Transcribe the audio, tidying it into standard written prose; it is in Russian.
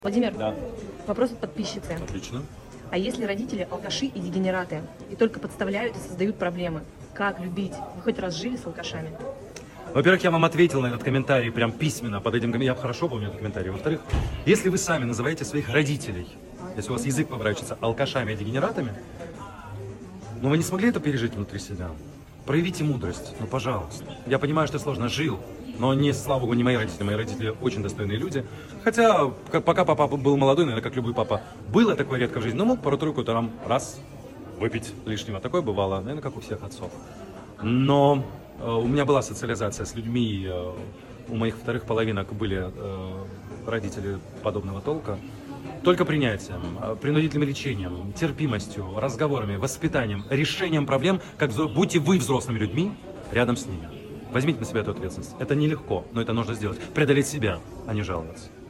Владимир, Да, вопрос от подписчицы. отлично. А если родители алкаши и дегенераты, и только подставляют и создают проблемы, как любить? Вы хоть раз жили с алкашами? Во-первых, я вам ответил на этот комментарий прям письменно под этим комментарием. Я хорошо помню этот комментарий. Во-вторых, если вы сами называете своих родителей, если у вас язык поворачивается алкашами и дегенератами, но вы не смогли это пережить внутри себя, проявите мудрость, ну пожалуйста. Я понимаю, что сложно, жил, но не, слава богу, не мои родители очень достойные люди. Хотя, пока папа был молодой, наверное, как любой папа, было такое редко в жизни, но мог пару-тройку там раз выпить лишнего. Такое бывало, наверное, как у всех отцов. Но у меня была социализация с людьми, у моих вторых половинок были родители подобного толка. Только принятием, принудительным лечением, терпимостью, разговорами, воспитанием, решением проблем, как будьте вы взрослыми людьми рядом с ними. Возьмите на себя эту ответственность. Это нелегко, но это нужно сделать. Преодолеть себя, а не жаловаться.